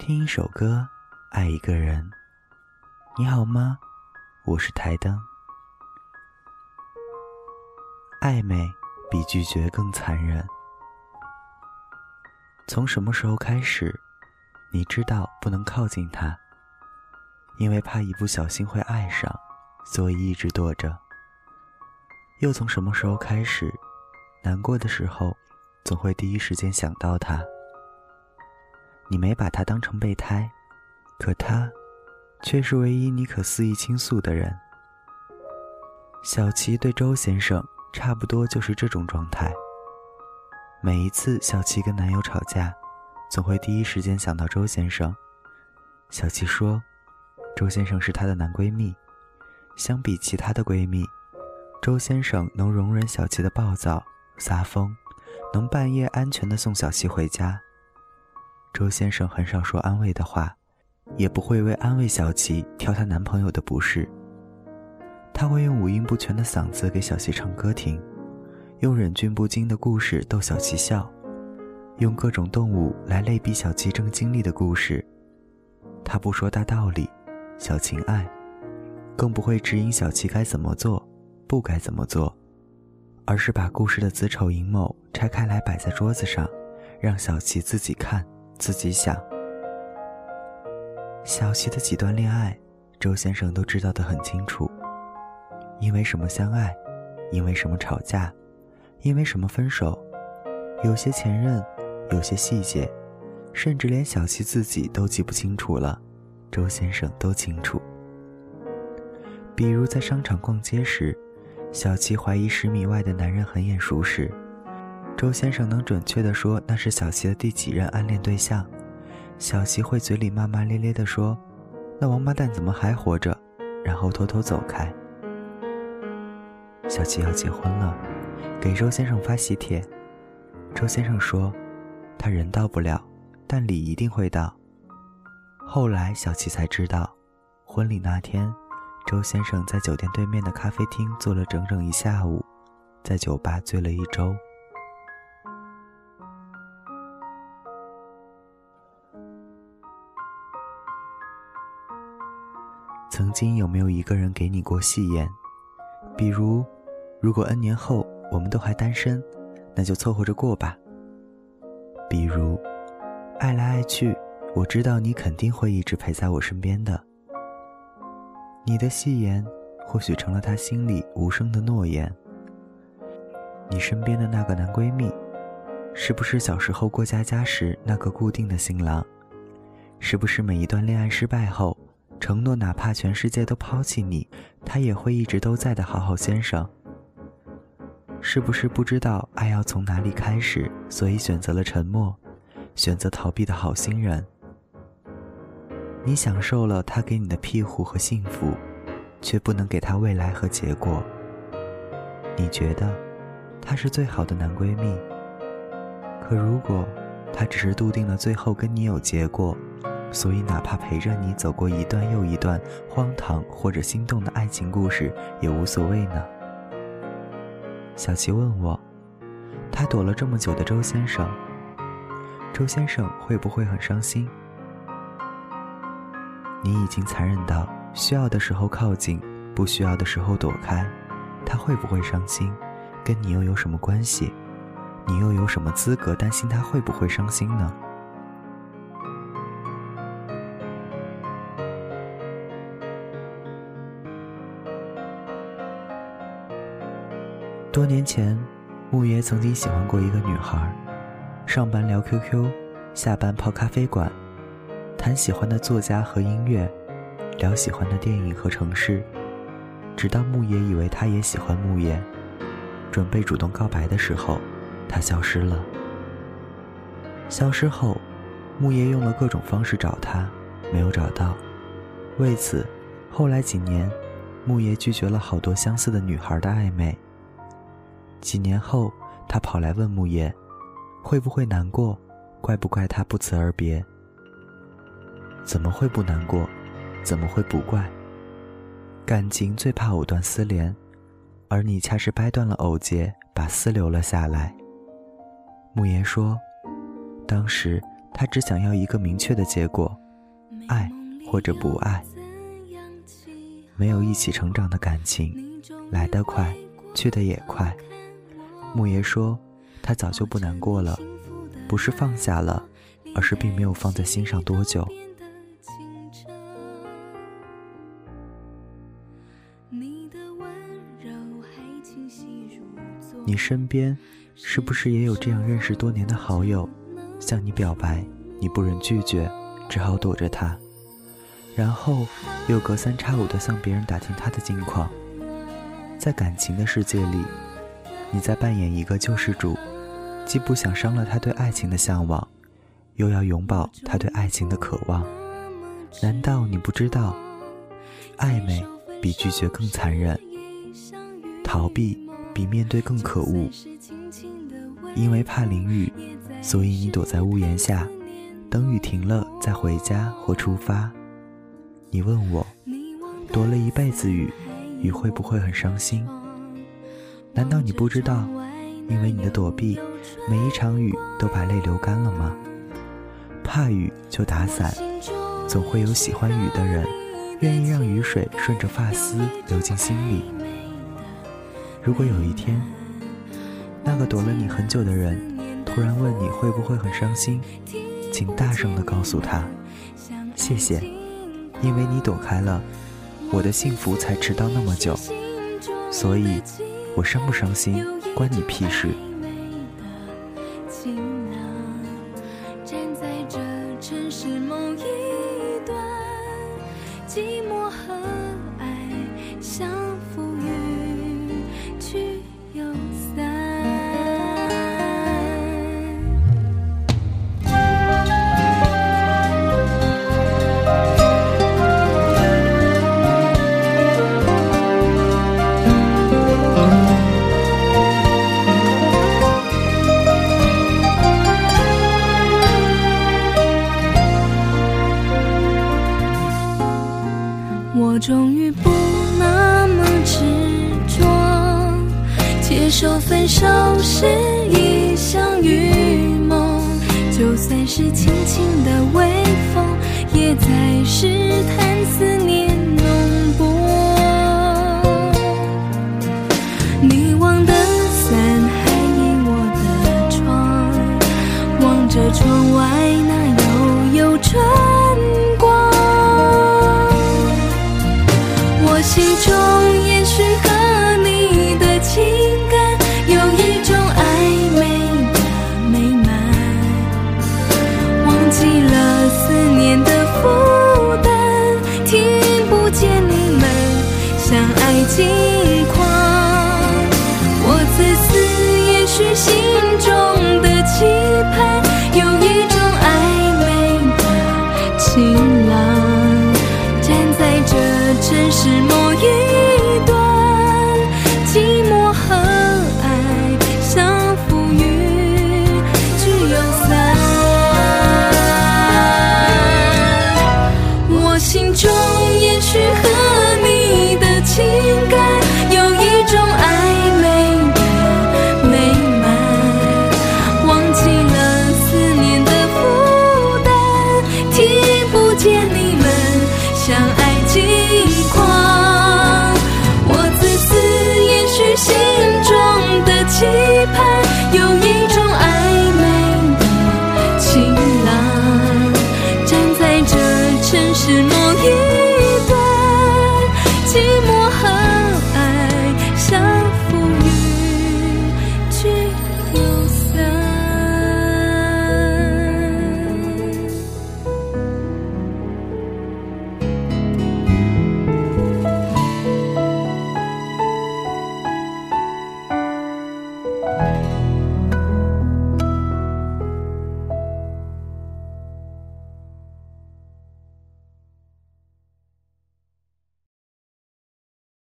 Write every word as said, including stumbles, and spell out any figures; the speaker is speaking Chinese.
听一首歌，爱一个人。你好吗？我是台灯。暧昧比拒绝更残忍。从什么时候开始，你知道不能靠近他，因为怕一不小心会爱上，所以一直躲着。又从什么时候开始，难过的时候总会第一时间想到他。你没把他当成备胎，可他却是唯一你可肆意倾诉的人。小琪对周先生差不多就是这种状态。每一次小琪跟男友吵架，总会第一时间想到周先生。小琪说，周先生是她的男闺蜜，相比其他的闺蜜，周先生能容忍小琪的暴躁撒疯，能半夜安全地送小琪回家。周先生很少说安慰的话，也不会为安慰小琪挑她男朋友的不是。他会用五音不全的嗓子给小琪唱歌听，用忍俊不禁的故事逗小琪笑，用各种动物来类比小琪正经历的故事。他不说大道理，小情爱，更不会指引小琪该怎么做，不该怎么做，而是把故事的子丑寅卯拆开来摆在桌子上，让小琪自己看，自己想。小琪的几段恋爱，周先生都知道得很清楚，因为什么相爱，因为什么吵架，因为什么分手，有些前任，有些细节，甚至连小琪自己都记不清楚了，周先生都清楚。比如在商场逛街时，小琪怀疑十米外的男人很眼熟时，周先生能准确地说那是小琪的第几任暗恋对象，小琪会嘴里骂骂咧咧地说，那王八蛋怎么还活着，然后偷偷走开。小琪要结婚了，给周先生发喜帖，周先生说他人到不了，但礼一定会到。后来小琪才知道，婚礼那天周先生在酒店对面的咖啡厅坐了整整一下午，在酒吧醉了一周。曾经有没有一个人给你过戏言，比如如果 N 年后我们都还单身，那就凑合着过吧。比如爱来爱去，我知道你肯定会一直陪在我身边的。你的戏言或许成了他心里无声的诺言。你身边的那个男闺蜜，是不是小时候过家家时那个固定的新郎？是不是每一段恋爱失败后承诺哪怕全世界都抛弃你，他也会一直都在的好好先生？是不是不知道爱要从哪里开始，所以选择了沉默，选择逃避的好心人？你享受了他给你的庇护和幸福，却不能给他未来和结果。你觉得他是最好的男闺蜜，可如果他只是笃定了最后跟你有结果，所以哪怕陪着你走过一段又一段荒唐或者心动的爱情故事也无所谓呢？小琪问我，他躲了这么久的周先生，周先生会不会很伤心？你已经残忍到需要的时候靠近，不需要的时候躲开，他会不会伤心？跟你又有什么关系？你又有什么资格担心他会不会伤心呢？多年前，木爷曾经喜欢过一个女孩，上班聊 Q Q， 下班泡咖啡馆，谈喜欢的作家和音乐，聊喜欢的电影和城市，直到木爷以为他也喜欢木爷，准备主动告白的时候，他消失了。消失后，木爷用了各种方式找他，没有找到。为此，后来几年，木爷拒绝了好多相似的女孩的暧昧。几年后，他跑来问木爷，会不会难过，怪不怪他不辞而别？怎么会不难过，怎么会不怪？感情最怕藕断丝连，而你恰是掰断了藕节，把丝留了下来。木爷说，当时他只想要一个明确的结果，爱或者不爱。没有一起成长的感情，来得快，去得也快。木爷说，他早就不难过了，不是放下了，而是并没有放在心上多久。你身边是不是也有这样认识多年的好友，向你表白，你不忍拒绝，只好躲着他，然后又隔三差五地向别人打听他的近况。在感情的世界里，你在扮演一个救世主，既不想伤了他对爱情的向往，又要永葆他对爱情的渴望。难道你不知道，暧昧比拒绝更残忍，逃避比面对更可恶？因为怕淋雨，所以你躲在屋檐下，等雨停了再回家或出发。你问我，躲了一辈子雨，雨会不会很伤心？难道你不知道，因为你的躲避，每一场雨都把泪流干了吗？怕雨就打伞，总会有喜欢雨的人，愿意让雨水顺着发丝流进心里。如果有一天，那个躲了你很久的人突然问你会不会很伤心，请大声地告诉他，谢谢，因为你躲开了，我的幸福才迟到那么久，所以我伤不伤心关你屁事。 站在这城市某一端，寂寞和爱相扶于去又散。我终于不那么执着，接受分手是一场预梦，就算是轻轻的微风，也在试探思念浓薄。你忘的伞还倚我的窗，望着窗外那悠悠春